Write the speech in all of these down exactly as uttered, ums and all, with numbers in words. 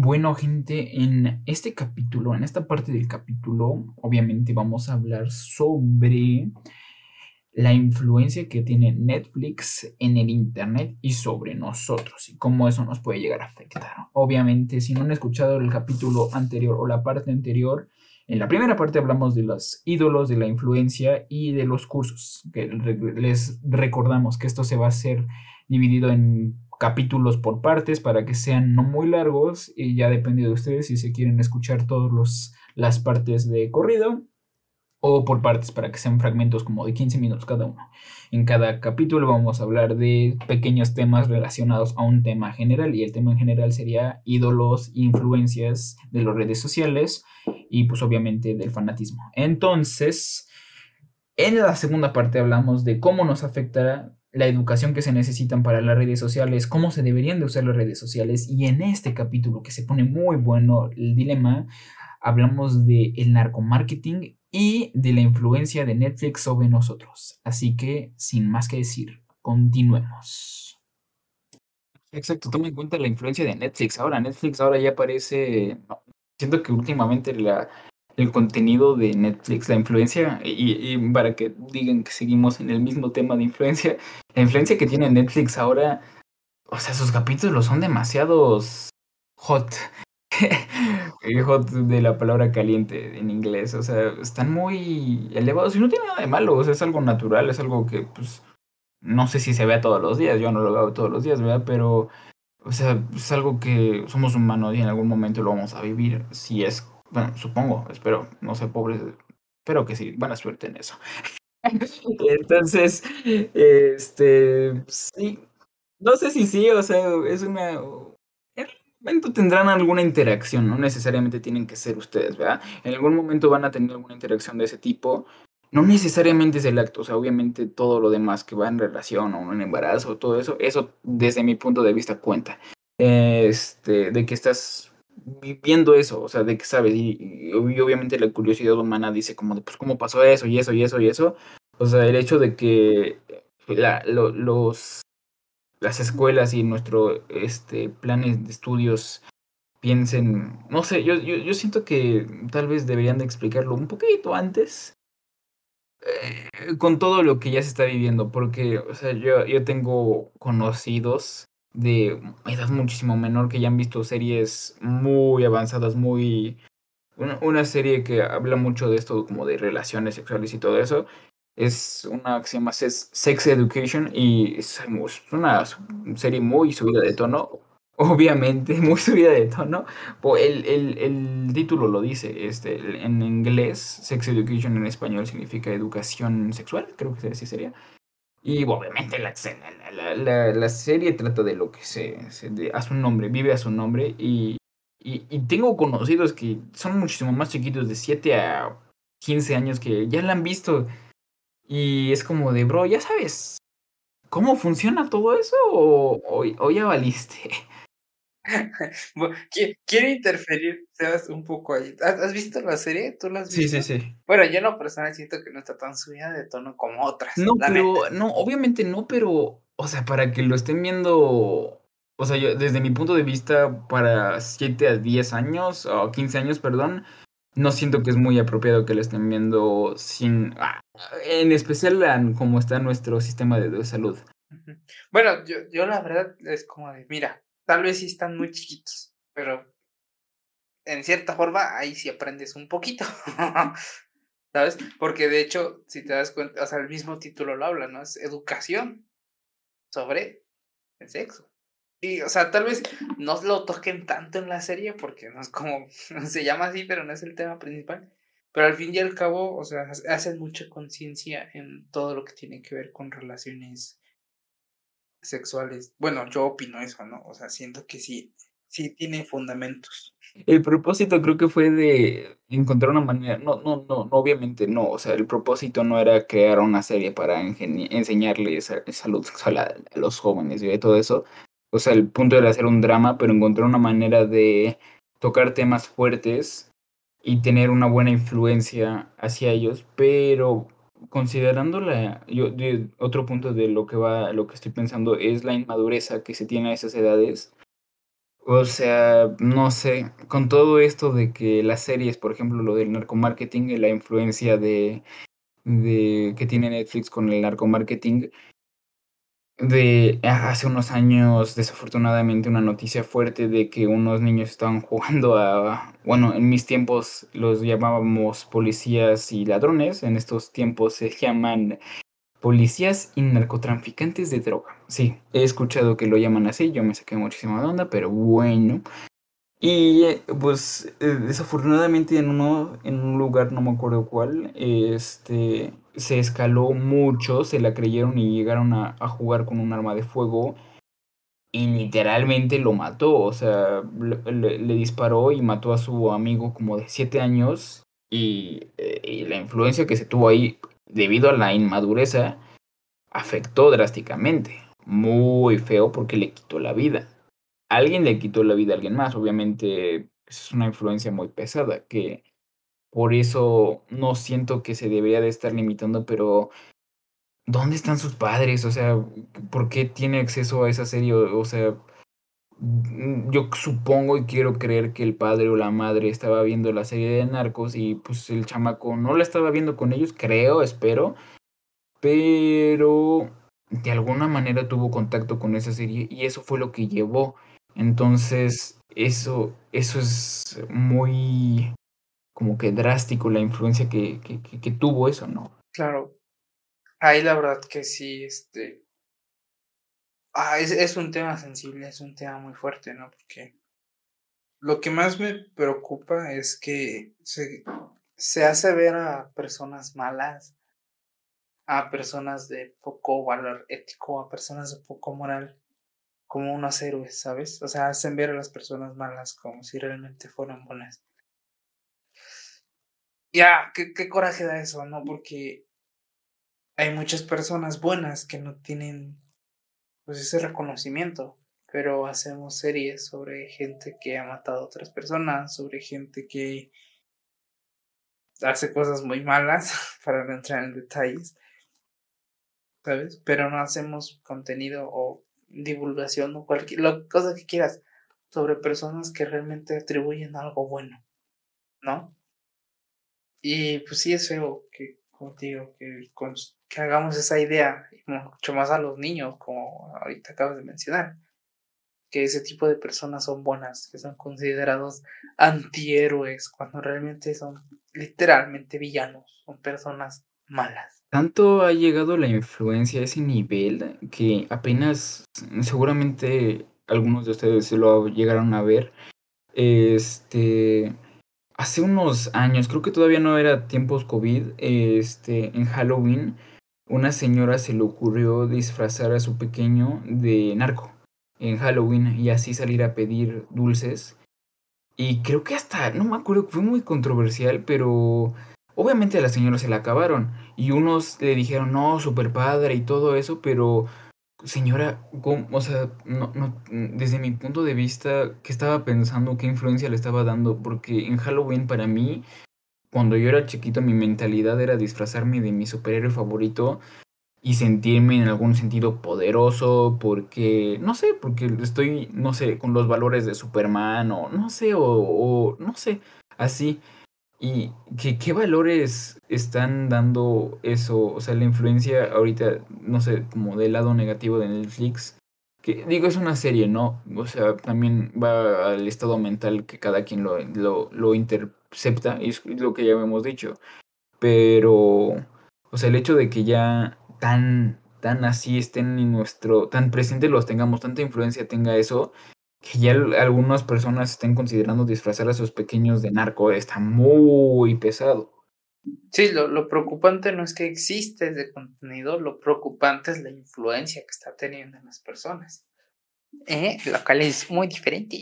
Bueno, gente, en este capítulo, en esta parte del capítulo, obviamente vamos a hablar sobre la influencia que tiene Netflix en el Internet y sobre nosotros y cómo eso nos puede llegar a afectar. Obviamente, si no han escuchado el capítulo anterior o la parte anterior, en la primera parte hablamos de los ídolos, de la influencia y de los cursos, que les recordamos que esto se va a hacer dividido en capítulos por partes para que sean no muy largos y ya depende de ustedes si se quieren escuchar todas las partes de corrido o por partes para que sean fragmentos como de quince minutos cada uno. En cada capítulo vamos a hablar de pequeños temas relacionados a un tema general y el tema en general sería ídolos, influencias de las redes sociales y pues obviamente del fanatismo. Entonces, en la segunda parte hablamos de cómo nos afecta la educación que se necesitan para las redes sociales, cómo se deberían de usar las redes sociales y en este capítulo que se pone muy bueno el dilema, hablamos de el narcomarketing y de la influencia de Netflix sobre nosotros. Así que, sin más que decir, continuemos. Exacto, toma en cuenta la influencia de Netflix. Ahora, Netflix ahora ya parece, no, siento que últimamente la, el contenido de Netflix, la influencia, y, y para que digan que seguimos en el mismo tema de influencia, la influencia que tiene Netflix ahora, o sea, sus capítulos son demasiados hot. El hot de la palabra caliente en inglés, o sea, están muy elevados y no tiene nada de malo, o sea, es algo natural, es algo que, pues, no sé si se vea todos los días, yo no lo veo todos los días, ¿verdad? Pero, o sea, es algo que somos humanos y en algún momento lo vamos a vivir, si es, bueno, supongo, espero, no sé, pobre, espero que sí, buena suerte en eso. Entonces, este, sí, no sé si sí, o sea, es una... En algún momento tendrán alguna interacción, no necesariamente tienen que ser ustedes, ¿verdad? En algún momento van a tener alguna interacción de ese tipo. No necesariamente es el acto, o sea, obviamente todo lo demás que va en relación o en embarazo, todo eso, eso desde mi punto de vista cuenta. Este, de que estás viviendo eso, o sea, de que sabes, y, y obviamente la curiosidad humana dice como de, pues, ¿cómo pasó eso y eso y eso y eso? O sea, el hecho de que la, lo- los las escuelas y nuestro este, planes de estudios piensen, no sé, yo, yo, yo siento que tal vez deberían de explicarlo un poquito antes eh, con todo lo que ya se está viviendo, porque, o sea, yo, yo tengo conocidos de edad muchísimo menor que ya han visto series muy avanzadas, muy... Una, una serie que habla mucho de esto, como de relaciones sexuales y todo eso, es una que se llama Sex Sex Education y es una serie muy subida de tono, obviamente muy subida de tono. Po- El, el, el título lo dice, este, en inglés, Sex Education en español significa educación sexual, creo que así sería. Y obviamente la, la, la, la serie trata de lo que se, se de- a su nombre, vive a su nombre y, y, y tengo conocidos que son muchísimo más chiquitos, de siete a quince años, que ya la han visto y es como de, bro, ¿ya sabes cómo funciona todo eso o, o, o ya valiste? Bu qui quiero interferir, Sebas, un poco ahí. ¿Has has visto la serie? ¿Tú la has Sí, sí, visto? sí. Bueno, yo en lo personal siento que no está tan subida de tono como otras, No, la neta. pero, no, obviamente no, pero, o sea, para que lo estén viendo, o sea, yo, desde mi punto de vista, para siete a diez años, o quince años, perdón, no siento que es muy apropiado que lo estén viendo sin, ah, en especial en cómo está nuestro sistema de, de salud. Ujú. Bueno, yo yo la verdad es como de, mira, tal vez sí están muy chiquitos, pero en cierta forma ahí sí aprendes un poquito, ¿sabes? Porque de hecho, si te das cuenta, o sea, el mismo título lo habla, ¿no? Es educación sobre el sexo. Y, o sea, tal vez no lo toquen tanto en la serie porque no es como se llama así, pero no es el tema principal. Pero al fin y al cabo, o sea, ha hacen mucha conciencia en todo lo que tiene que ver con relaciones sexuales. Bueno, yo opino eso, ¿no? O sea, siento que sí, sí tiene fundamentos. El propósito creo que fue de encontrar una manera, no, no, no, no, obviamente no, o sea, el propósito no era crear una serie para ingeni- enseñarles a- salud sexual a, a los jóvenes y todo eso, o sea, el punto era hacer un drama, pero encontrar una manera de tocar temas fuertes y tener una buena influencia hacia ellos, pero considerando la, yo, de- otro punto de lo que va, lo que estoy pensando es la inmadureza que se tiene a esas edades. O sea, no sé, con todo esto de que las series, por ejemplo, lo del narcomarketing y la influencia de de que tiene Netflix con el narcomarketing, de ha hace unos años, desafortunadamente, una noticia fuerte de que unos niños estaban jugando a bueno, en mis tiempos los llamábamos policías y ladrones, en estos tiempos se llaman policías y narcotraficantes de droga. Sí, he escuchado que lo llaman así, yo me saqué muchísima de onda, pero bueno. Y eh, pues eh, desafortunadamente en uno, en un lugar, no me acuerdo cuál, este, se escaló mucho, se la creyeron y llegaron a, a jugar con un arma de fuego y literalmente lo mató, o sea, le, le- le disparó y mató a su amigo como de siete años y, eh, y la influencia que se tuvo ahí debido a la inmadurez afectó drásticamente, muy feo porque le quitó la vida. Alguien le quitó la vida a alguien más, obviamente es una influencia muy pesada, que por eso no siento que se debería de estar limitando, pero ¿dónde están sus padres? O sea, ¿por qué tiene acceso a esa serie? O o sea, mm, yo supongo y quiero creer que el padre o la madre estaba viendo la serie de Narcos y pues el chamaco no la estaba viendo con ellos, creo, espero, pero de alguna manera tuvo contacto con esa serie y eso fue lo que llevó. Entonces, eso, eso es muy como que drástico la influencia que, que, que- que tuvo eso, ¿no? Claro, ahí la verdad que sí, este, ah, es, es un tema sensible, es un tema muy fuerte, ¿no? Porque lo que más me preocupa es que se, se hace ver a personas malas, a personas de poco valor ético, a personas de poco moral, como unos héroes, ¿sabes? O sea, hacen ver a las personas malas como si realmente fueran buenas. Ya, qué, qué coraje da eso, ¿no? Porque hay muchas personas buenas que no tienen pues ese reconocimiento, pero hacemos series sobre gente que ha matado a otras personas, sobre gente que hace cosas muy malas, para no entrar en detalles, ¿sabes? Pero no hacemos contenido o divulgación o cualquier lo, cosa que quieras sobre personas que realmente atribuyen algo bueno, ¿no? Y pues sí es feo que, como te digo, que, cons- que hagamos esa idea, y mucho más a los niños, como ahorita acabas de mencionar, que ese tipo de personas son buenas, que son considerados antihéroes, cuando realmente son literalmente villanos, son personas malas. Tanto ha llegado la influencia a ese nivel que apenas, seguramente algunos de ustedes se lo llegaron a ver, este, hace unos años, creo que todavía no era tiempos COVID, este, en Halloween, una señora se le ocurrió disfrazar a su pequeño de narco en Halloween y así salir a pedir dulces. Y creo que hasta, no me acuerdo, fue muy controversial, pero obviamente a la señora se la acabaron. Y unos le dijeron, no, super padre y todo eso, pero señora, ¿cómo? O sea, no, no, mm, desde mi punto de vista, ¿qué estaba pensando? ¿Qué influencia le estaba dando? Porque en Halloween para mí, cuando yo era chiquito, mi mentalidad era disfrazarme de mi superhéroe favorito y sentirme en algún sentido poderoso porque, no sé, porque estoy, no sé, con los valores de Superman o no sé, o, o no sé, así. ¿Y qué, qué valores están dando eso? O sea, la influencia ahorita, no sé, como del lado negativo de Netflix, que digo, es una serie, ¿no? O sea, también va al estado mental que cada quien lo, lo, lo intercepta, y es lo que ya hemos dicho. Pero, o sea, el hecho de que ya tan, tan así estén en nuestro, tan presente los tengamos, tanta influencia tenga eso, que ya al- algunas personas estén considerando disfrazar a sus pequeños de narco, está muy pesado. Sí, lo, lo preocupante no es que existe ese contenido, lo preocupante es la influencia que está teniendo en las personas. ¿Eh? Lo cual es muy diferente.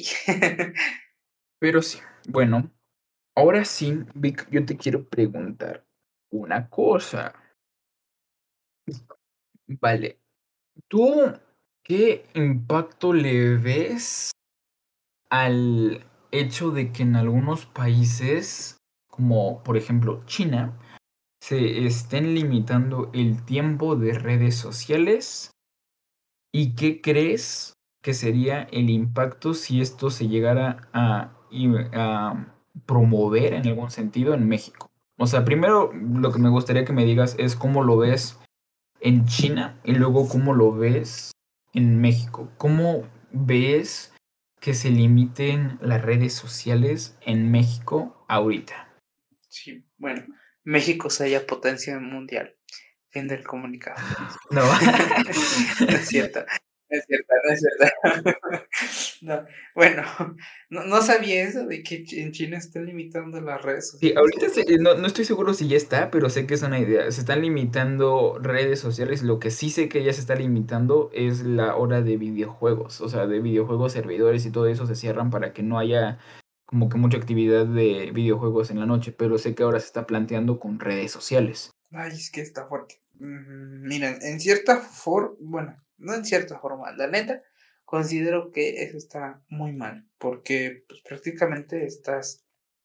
Pero sí, bueno, ahora sí, Vic, yo te quiero preguntar una cosa. Vale, ¿tú qué impacto le ves al hecho de que en algunos países, como por ejemplo China, se estén limitando el tiempo de redes sociales? ¿Y qué crees que sería el impacto si esto se llegara a, y- a promover en algún sentido en México. O sea, primero lo que me gustaría que me digas es cómo lo ves en China y luego cómo lo ves en México. ¿Cómo ves que se limiten las redes sociales en México ahorita? Sí, bueno, México se halla potencia mundial. Fin del comunicado. No. No es cierto, no es cierto, no es cierto. No, bueno, no no sabía eso de que ch en China están limitando las redes Sí, sociales. ahorita se- no, no estoy seguro si ya está, pero sé que es una idea. Se están limitando redes sociales. Lo que sí sé que ya se está limitando es la hora de videojuegos. O sea, de videojuegos, servidores y todo eso se cierran para que no haya como que mucha actividad de videojuegos en la noche. Pero sé que ahora se está planteando con redes sociales. Ay, es que está fuerte. Mm, miren, en cierta forma, bueno, no en cierta forma, la neta, considero que eso está muy mal, porque, pues, prácticamente estás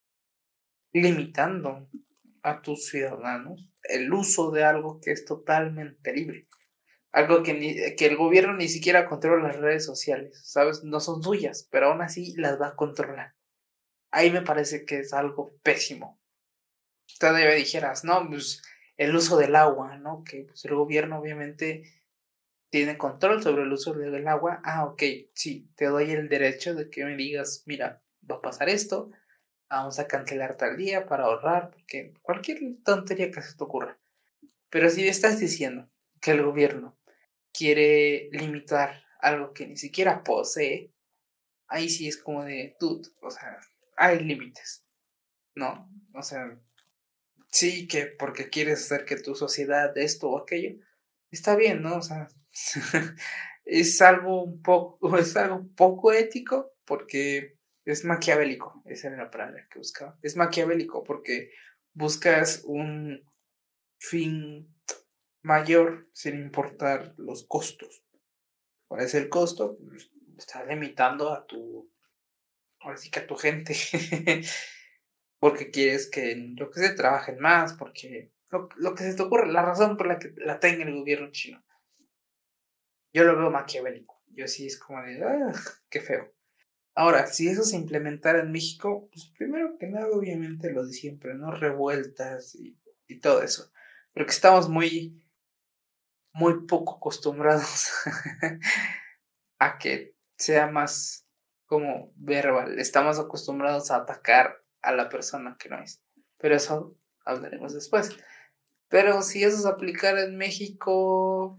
limitando a tus ciudadanos el uso de algo que es totalmente libre. Algo que, ni, que el gobierno ni siquiera controla las redes sociales, ¿sabes? No son suyas, pero aún así las va a controlar. Ahí me parece que es algo pésimo. Todavía dijeras, no, pues el uso del agua, ¿no? Que pues, el gobierno obviamente tiene control sobre el uso del agua. Ah, ok, sí, te doy el derecho de que me digas, mira, va a pasar esto, vamos a cancelar tal día para ahorrar, porque cualquier tontería que se te ocurra. Pero si estás diciendo que el gobierno quiere limitar algo que ni siquiera posee, ahí sí es como de, dude, o sea, hay límites, ¿no? O sea, sí que porque quieres hacer que tu sociedad esto o aquello, está bien, ¿no? O sea, es algo un poco, es algo poco ético porque es maquiavélico, esa era la palabra que buscaba. Es maquiavélico porque buscas un fin mayor sin importar los costos. ¿Cuál es el costo? Pues, estás limitando a tu, ahora sí que a tu gente, porque quieres que, yo que sé, trabajen más, porque lo, lo que se te ocurre, la razón por la que la tenga el gobierno chino. Yo lo veo maquiavélico. Yo sí es como de, ah, qué feo. Ahora, si eso se implementara en México, pues primero que nada, obviamente lo de siempre, ¿no? Revueltas y, y todo eso. Pero que estamos muy, muy poco acostumbrados a que sea más como verbal. Estamos acostumbrados a atacar a la persona que no es. Pero eso hablaremos después. Pero si eso se aplicara en México,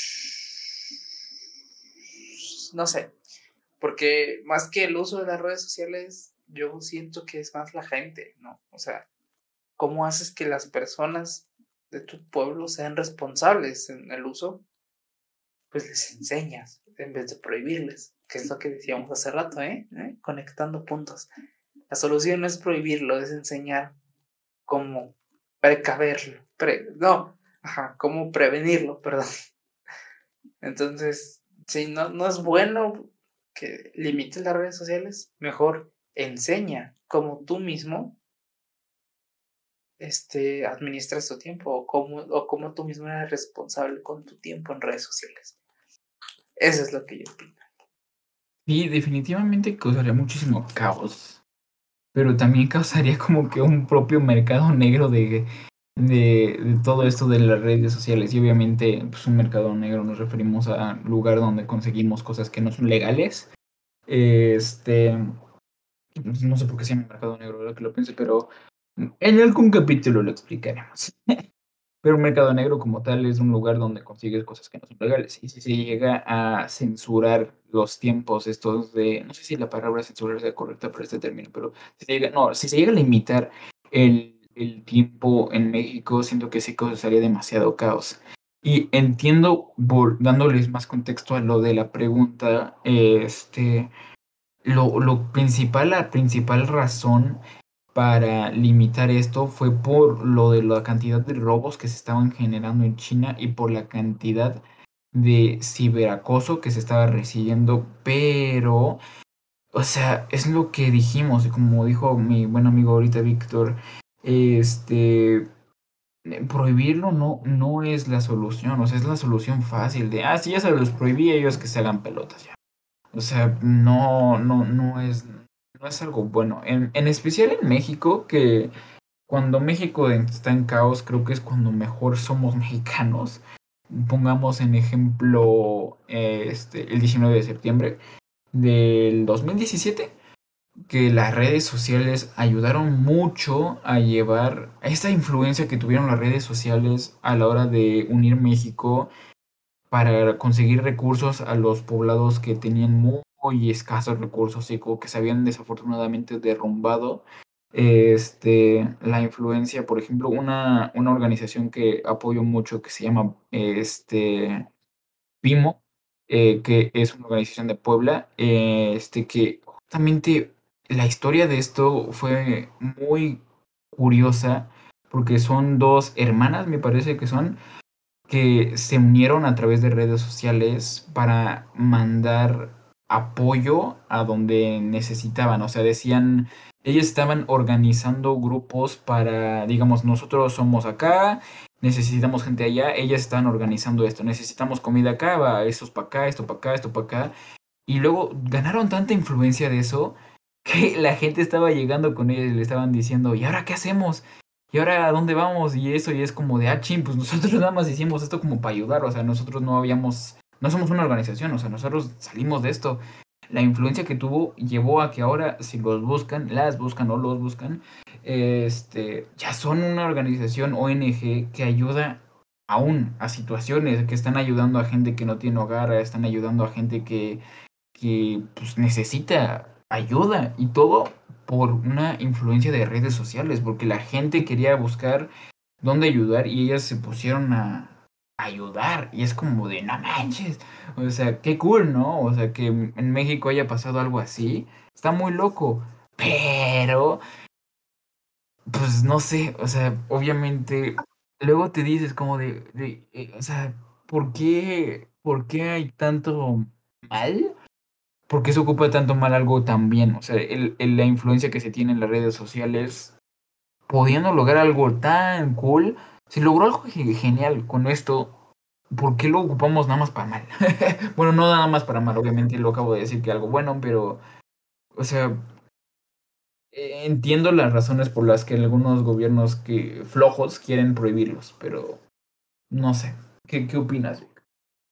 no sé, porque más que el uso de las redes sociales, yo siento que es más la gente, ¿no? O sea, ¿cómo haces que las personas de tu pueblo sean responsables en el uso? Pues les enseñas en vez de prohibirles, que es lo que decíamos hace rato, ¿eh? ¿Eh? Conectando puntos. La solución no es prohibirlo, es enseñar cómo precaverlo, pre, no, ajá, cómo prevenirlo, perdón. Entonces, si no, no es bueno que limites las redes sociales, mejor enseña cómo tú mismo este, administras tu tiempo o cómo, o cómo tú mismo eres responsable con tu tiempo en redes sociales. Eso es lo que yo opino. Sí, definitivamente causaría muchísimo caos, pero también causaría como que un propio mercado negro de, de, de todo esto de las redes sociales. Y obviamente, pues un mercado negro nos referimos a lugar donde conseguimos cosas que no son legales. Este, no sé por qué se llama mercado negro, ahora que lo pensé, pero en algún capítulo lo explicaremos. Pero un mercado negro como tal es un lugar donde consigues cosas que no son legales. Y si se llega a censurar los tiempos estos de, no sé si la palabra censurar sea correcta para este término, pero si se llega, no, si se llega a limitar el, el tiempo en México, siento que sí causaría demasiado caos. Y entiendo, por, dándoles más contexto a lo de la pregunta, este, lo, lo principal, la principal razón para limitar esto fue por lo de la cantidad de robos que se estaban generando en China y por la cantidad de ciberacoso que se estaba recibiendo, pero, o sea, es lo que dijimos, y como dijo mi buen amigo ahorita Víctor, este, prohibirlo no, no es la solución, o sea, es la solución fácil de, ah, sí, ya se los prohibí, ellos que se hagan pelotas ya. O sea, no, no, no es, no es algo bueno. En, en especial en México, que cuando México está en caos, creo que es cuando mejor somos mexicanos. Pongamos en ejemplo eh, este, el diecinueve de septiembre del dos mil diecisiete, que las redes sociales ayudaron mucho a llevar a esta influencia que tuvieron las redes sociales a la hora de unir México para conseguir recursos a los poblados que tenían muy escasos recursos y como que se habían desafortunadamente derrumbado. Este, la influencia, por ejemplo, una, una organización que apoyo mucho que se llama este, Pimo, eh, que es una organización de Puebla, eh, este, que justamente la historia de esto fue muy curiosa porque son dos hermanas, me parece que son, que se unieron a través de redes sociales para mandar apoyo a donde necesitaban. O sea, decían, ellos estaban organizando grupos para, digamos, nosotros somos acá, necesitamos gente allá, ellas estaban organizando esto, necesitamos comida acá, va, esto es para acá, esto para acá, esto para acá. Y luego ganaron tanta influencia de eso que la gente estaba llegando con ellos y le estaban diciendo, ¿y ahora qué hacemos? ¿Y ahora a dónde vamos? Y eso, y es como de, ah, chin, pues nosotros nada más hicimos esto como para ayudar, o sea, nosotros no habíamos, no somos una organización, o sea, nosotros salimos de esto. La influencia que tuvo llevó a que ahora, si los buscan, las buscan o los buscan, este, ya son una organización O N G que ayuda aún a situaciones, que están ayudando a gente que no tiene hogar, están ayudando a gente que que pues, necesita ayuda y todo por una influencia de redes sociales, porque la gente quería buscar dónde ayudar y ellas se pusieron a ayudar y es como de no manches, o sea, qué cool, ¿no? O sea, que en México haya pasado algo así, está muy loco, pero pues no sé, o sea, obviamente luego te dices como de, de, eh, o sea, ¿por qué, por qué hay tanto mal? ¿Por qué se ocupa tanto mal algo tan bien? O sea, el, el- la influencia que se tiene en las redes sociales, pudiendo lograr algo tan cool, si logró algo ge- genial con esto, ¿por qué lo ocupamos nada más para mal? Bueno, no nada más para mal, obviamente lo acabo de decir que algo bueno, pero, o sea, eh, entiendo las razones por las que algunos gobiernos que flojos quieren prohibirlos, pero no sé. ¿Qué, qué opinas, Vic?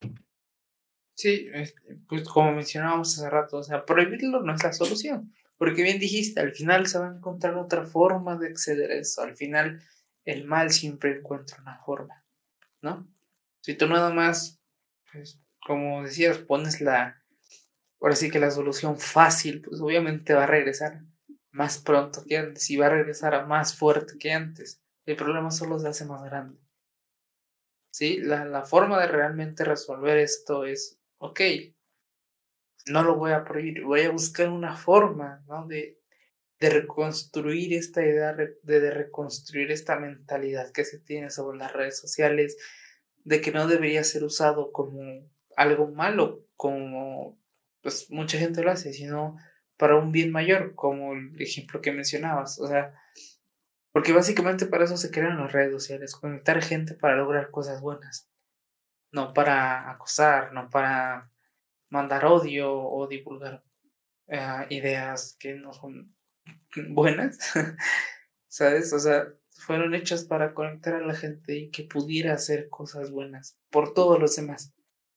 Sí, este, pues como mencionábamos hace rato, o sea, prohibirlo no es la solución, porque bien dijiste, al final se va a encontrar otra forma de acceder a eso, al final el mal siempre encuentra una forma, ¿no? Si tú nada más, pues, como decías, pones la, ahora sí que la solución fácil, pues obviamente va a regresar más pronto que antes y va a regresar a más fuerte que antes. El problema solo se hace más grande, ¿sí? La, la forma de realmente resolver esto es, ok, no lo voy a prohibir, voy a buscar una forma, ¿no? de, de reconstruir esta idea, de, de reconstruir esta mentalidad que se tiene sobre las redes sociales, de que no debería ser usado como algo malo, como pues mucha gente lo hace, sino para un bien mayor, como el ejemplo que mencionabas. O sea, porque básicamente para eso se crean las redes sociales, conectar gente para lograr cosas buenas, no para acosar, no para mandar odio o divulgar eh, ideas que no son buenas, ¿sabes? O sea, fueron hechas para conectar a la gente y que pudiera hacer cosas buenas por todos los demás.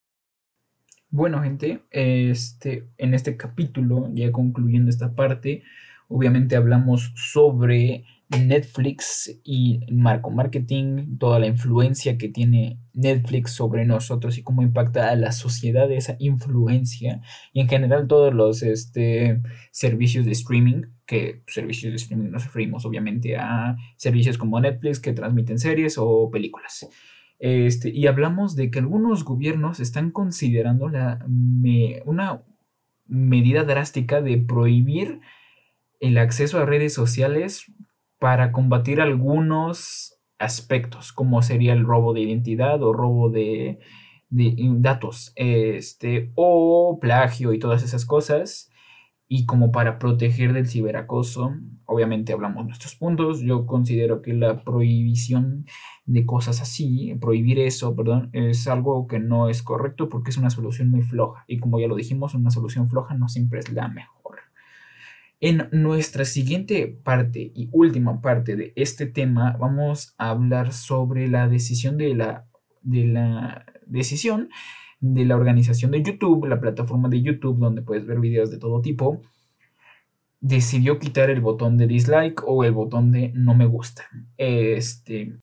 Bueno, gente, este, en este capítulo, ya concluyendo esta parte, obviamente hablamos sobre Netflix y marco marketing, toda la influencia que tiene Netflix sobre nosotros y cómo impacta a la sociedad esa influencia y en general todos los este, servicios de streaming, que servicios de streaming nos referimos obviamente a servicios como Netflix que transmiten series o películas. Este, y hablamos de que algunos gobiernos están considerando la, me- una medida drástica de prohibir el acceso a redes sociales para combatir algunos aspectos, como sería el robo de identidad o robo de, de datos, este, o plagio y todas esas cosas. Y como para proteger del ciberacoso, obviamente hablamos nuestros puntos. Yo considero que la prohibición de cosas así, prohibir eso, perdón, es algo que no es correcto porque es una solución muy floja. Y como ya lo dijimos, una solución floja no siempre es la mejor. En nuestra siguiente parte y última parte de este tema, vamos a hablar sobre la decisión de la, de la decisión de la organización de YouTube, la plataforma de YouTube donde puedes ver videos de todo tipo, decidió quitar el botón de dislike o el botón de no me gusta. Este,